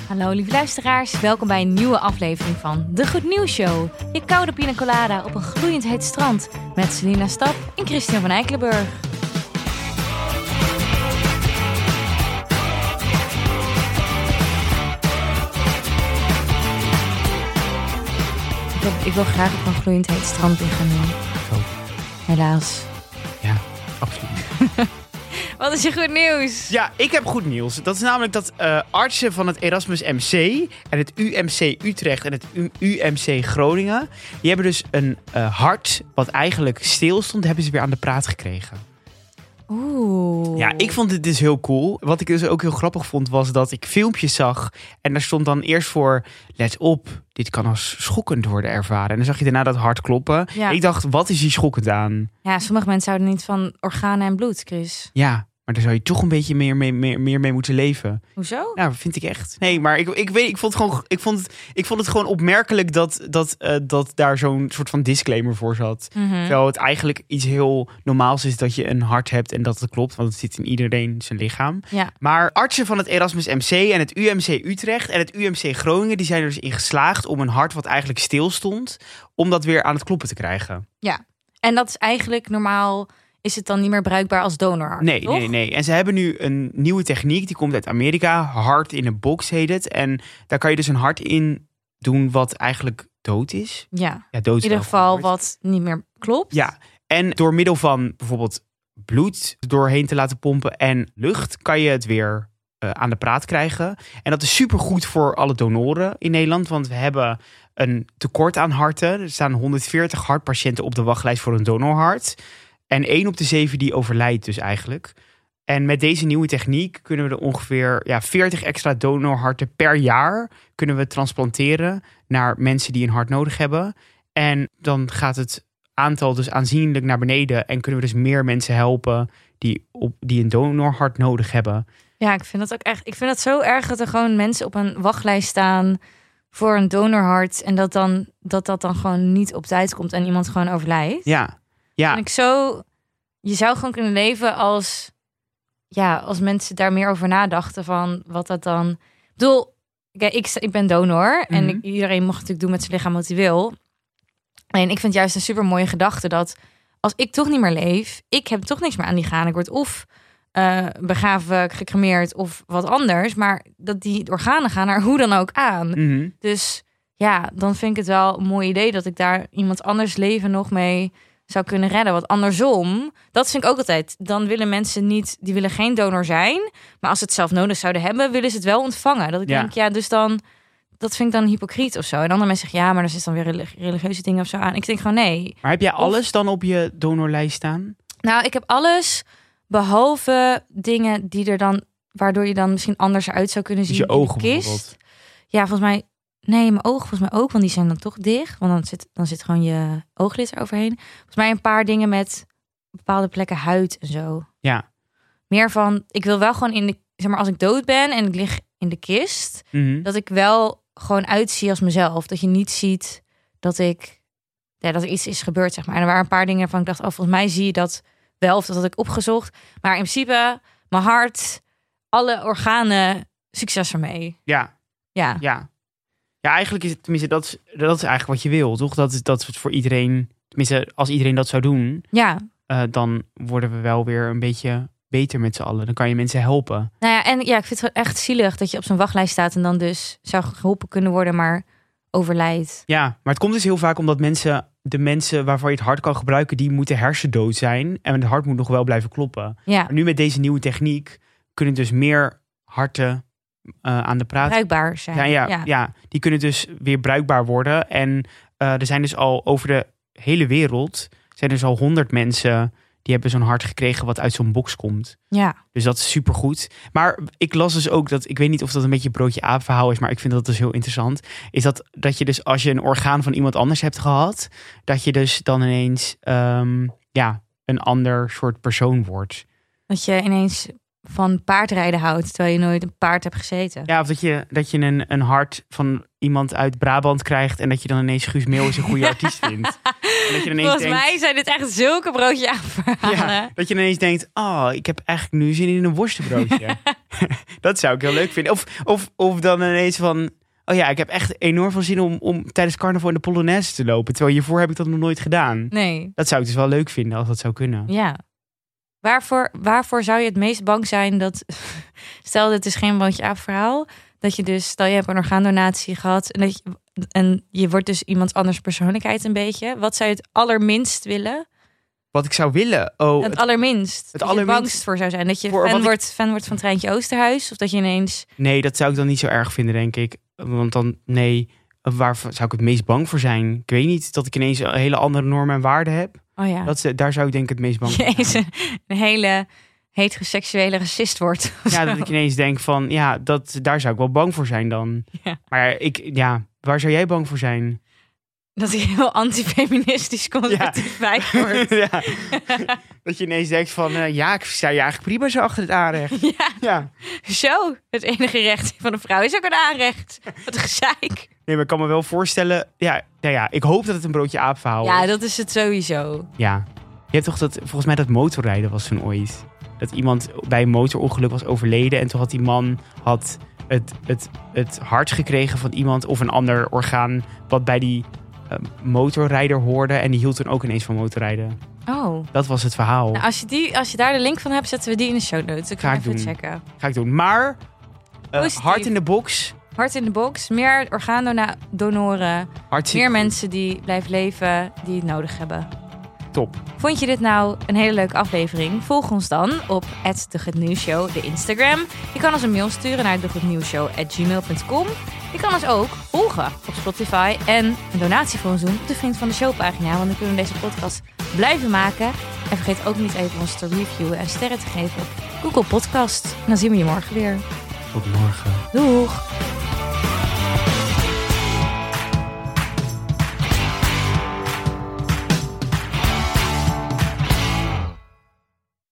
Hallo lieve luisteraars, welkom bij een nieuwe aflevering van De Goed Nieuws Show. Je koude pina colada op een gloeiend heet strand met Selina Stap en Christian van Eikelenburg. Ik wil graag op een gloeiend heet strand liggen nu. Helaas. Ja, absoluut. Wat is je goed nieuws? Ja, ik heb goed nieuws. Dat is namelijk dat artsen van het Erasmus MC en het UMC Utrecht en het UMC Groningen, die hebben dus een hart wat eigenlijk stil stond, hebben ze weer aan de praat gekregen. Oeh. Ja, ik vond dit dus heel cool. Wat ik dus ook heel grappig vond, was dat ik filmpjes zag en daar stond dan eerst voor, let op, dit kan als schokkend worden ervaren. En dan zag je daarna dat hart kloppen. Ja. Ik dacht, wat is hier schokkend aan? Ja, sommige mensen houden niet van organen en bloed, Chris. Ja, maar daar zou je toch een beetje meer mee moeten leven. Hoezo? Nou, vind ik echt. Nee, maar ik vond het gewoon opmerkelijk dat daar zo'n soort van disclaimer voor zat. Terwijl het eigenlijk iets heel normaals is dat je een hart hebt en dat het klopt, want het zit in iedereen zijn lichaam. Ja. Maar artsen van het Erasmus MC en het UMC Utrecht en het UMC Groningen, die zijn er dus in geslaagd om een hart wat eigenlijk stil stond, om dat weer aan het kloppen te krijgen. Ja, en dat is eigenlijk normaal. Is het dan niet meer bruikbaar als donorhart? Nee. En ze hebben nu een nieuwe techniek. Die komt uit Amerika. Heart in a box heet het. En daar kan je dus een hart in doen wat eigenlijk dood is. Ja, dood is in ieder geval wat niet meer klopt. Ja, en door middel van bijvoorbeeld bloed doorheen te laten pompen en lucht kan je het weer aan de praat krijgen. En dat is supergoed voor alle donoren in Nederland. Want we hebben een tekort aan harten. Er staan 140 hartpatiënten op de wachtlijst voor een donorhart. En 1 op de 7 die overlijdt dus eigenlijk. En met deze nieuwe techniek kunnen we er ongeveer 40 extra donorharten per jaar kunnen we transplanteren naar mensen die een hart nodig hebben. En dan gaat het aantal dus aanzienlijk naar beneden en kunnen we dus meer mensen helpen die een donorhart nodig hebben. Ja, ik vind dat ook echt. Ik vind het zo erg dat er gewoon mensen op een wachtlijst staan voor een donorhart en dat dan gewoon niet op tijd komt en iemand gewoon overlijdt. Ja. Je zou gewoon kunnen leven als mensen daar meer over nadachten van wat dat dan. Ik bedoel, ik ben donor en iedereen mag natuurlijk doen met zijn lichaam wat hij wil. En ik vind het juist een super mooie gedachte dat als ik toch niet meer leef, ik heb toch niks meer aan die gaan. Ik word of begraven, gecremeerd of wat anders, maar dat die organen gaan er hoe dan ook aan. Dus ja, dan vind ik het wel een mooi idee dat ik daar iemand anders leven nog mee zou kunnen redden. Want andersom, dat vind ik ook altijd. Dan willen mensen niet, die willen geen donor zijn. Maar als ze het zelf nodig zouden hebben, willen ze het wel ontvangen. Dat ik denk, dus dan, dat vind ik dan hypocriet of zo. En andere mensen zeggen, maar er zit dan weer religieuze dingen of zo aan. Ik denk gewoon nee. Maar heb jij alles dan op je donorlijst staan? Nou, ik heb alles, behalve dingen die er dan, waardoor je dan misschien anders eruit zou kunnen zien. Dus je ogen in de kist. Ja, volgens mij. Nee, mijn ogen volgens mij ook, want die zijn dan toch dicht. Want dan zit gewoon je ooglid eroverheen. Volgens mij een paar dingen met bepaalde plekken huid en zo. Ja. Meer van, ik wil wel gewoon als ik dood ben en ik lig in de kist, dat ik wel gewoon uitzie als mezelf. Dat je niet ziet dat dat er iets is gebeurd, zeg maar. En er waren een paar dingen van, ik dacht, volgens mij zie je dat wel, of dat had ik opgezocht. Maar in principe, mijn hart, alle organen, succes ermee. Ja. Ja, eigenlijk is het, tenminste, dat is eigenlijk wat je wil, toch? Dat is het voor iedereen, tenminste, als iedereen dat zou doen, dan worden we wel weer een beetje beter met z'n allen. Dan kan je mensen helpen. Nou ja, en ik vind het echt zielig dat je op zo'n wachtlijst staat en dan dus zou geholpen kunnen worden, maar overlijdt. Ja, maar het komt dus heel vaak omdat de mensen waarvan je het hart kan gebruiken, die moeten hersendood zijn en het hart moet nog wel blijven kloppen. Ja. Maar nu met deze nieuwe techniek kunnen dus meer harten aan de praat. Bruikbaar zijn. Ja, die kunnen dus weer bruikbaar worden. En er zijn dus al over de hele wereld zijn dus al 100 mensen die hebben zo'n hart gekregen wat uit zo'n box komt. Ja. Dus dat is supergoed. Maar ik las dus ook dat, ik weet niet of dat een beetje een broodje aap verhaal is, maar ik vind dat dus heel interessant. Is dat je dus als je een orgaan van iemand anders hebt gehad, dat je dus dan ineens een ander soort persoon wordt. Dat je ineens van paardrijden houdt, terwijl je nooit een paard hebt gezeten. Ja, of dat je een hart van iemand uit Brabant krijgt en dat je dan ineens Guus Meeuwis een goede artiest vindt. En dat je ineens Volgens denkt, mij zijn dit echt zulke broodje aanverhalen. ja, dat je ineens denkt, ik heb eigenlijk nu zin in een worstenbroodje. Dat zou ik heel leuk vinden. Of dan ineens van, ik heb echt enorm veel zin om tijdens carnaval in de Polonaise te lopen. Terwijl hiervoor heb ik dat nog nooit gedaan. Nee. Dat zou ik dus wel leuk vinden als dat zou kunnen. Ja. Waarvoor zou je het meest bang zijn dat... Stel, dit is geen broodje aap verhaal. Dat je dus, stel je hebt een orgaandonatie gehad. En je wordt dus iemand anders persoonlijkheid een beetje. Wat zou je het allerminst willen? Wat ik zou willen? Het allerminst. Het dat je allerminst. bangst voor zou zijn. Dat je fan wordt van Treintje Oosterhuis. Of dat je ineens... Nee, dat zou ik dan niet zo erg vinden, denk ik. Want dan, waar zou ik het meest bang voor zijn? Ik weet niet, dat ik ineens een hele andere normen en waarden heb. Oh ja. Daar zou ik denk ik het meest bang voor zijn. Jezus, een hele heteroseksuele racist wordt. Ja, dat ik ineens denk van, daar zou ik wel bang voor zijn dan. Ja. Maar waar zou jij bang voor zijn? Dat ik heel antifeministisch conservatief wijf word. Ja. Dat je ineens denkt van, ik sta je eigenlijk prima zo achter het aanrecht. Ja. Zo, het enige recht van een vrouw is ook een aanrecht. Wat een gezeik. Nee, maar ik kan me wel voorstellen, ik hoop dat het een broodje aap verhaal is. Ja, dat is het sowieso. Ja. Je hebt toch volgens mij dat motorrijden was toen ooit. Dat iemand bij een motorongeluk was overleden. En toen had die man het hart gekregen van iemand of een ander orgaan wat bij die motorrijder hoorde. En die hield toen ook ineens van motorrijden. Oh. Dat was het verhaal. Nou, als je daar de link van hebt, zetten we die in de show notes. Dan Ga ik even doen. checken. Ga ik doen. Maar hart in de box. Hart in de box. Meer orgaandonoren. Meer mensen die blijven leven, die het nodig hebben. Top. Vond je dit nou een hele leuke aflevering? Volg ons dan op @degoodnewsshow, de Instagram. Je kan ons een mail sturen naar degoodnewsshow@gmail.com. Je kan ons ook volgen op Spotify en een donatie voor ons doen op de Vriend van de Show pagina. Want dan kunnen we deze podcast blijven maken. En vergeet ook niet even ons te reviewen en sterren te geven op Google Podcast. En dan zien we je morgen weer. Tot morgen. Doeg!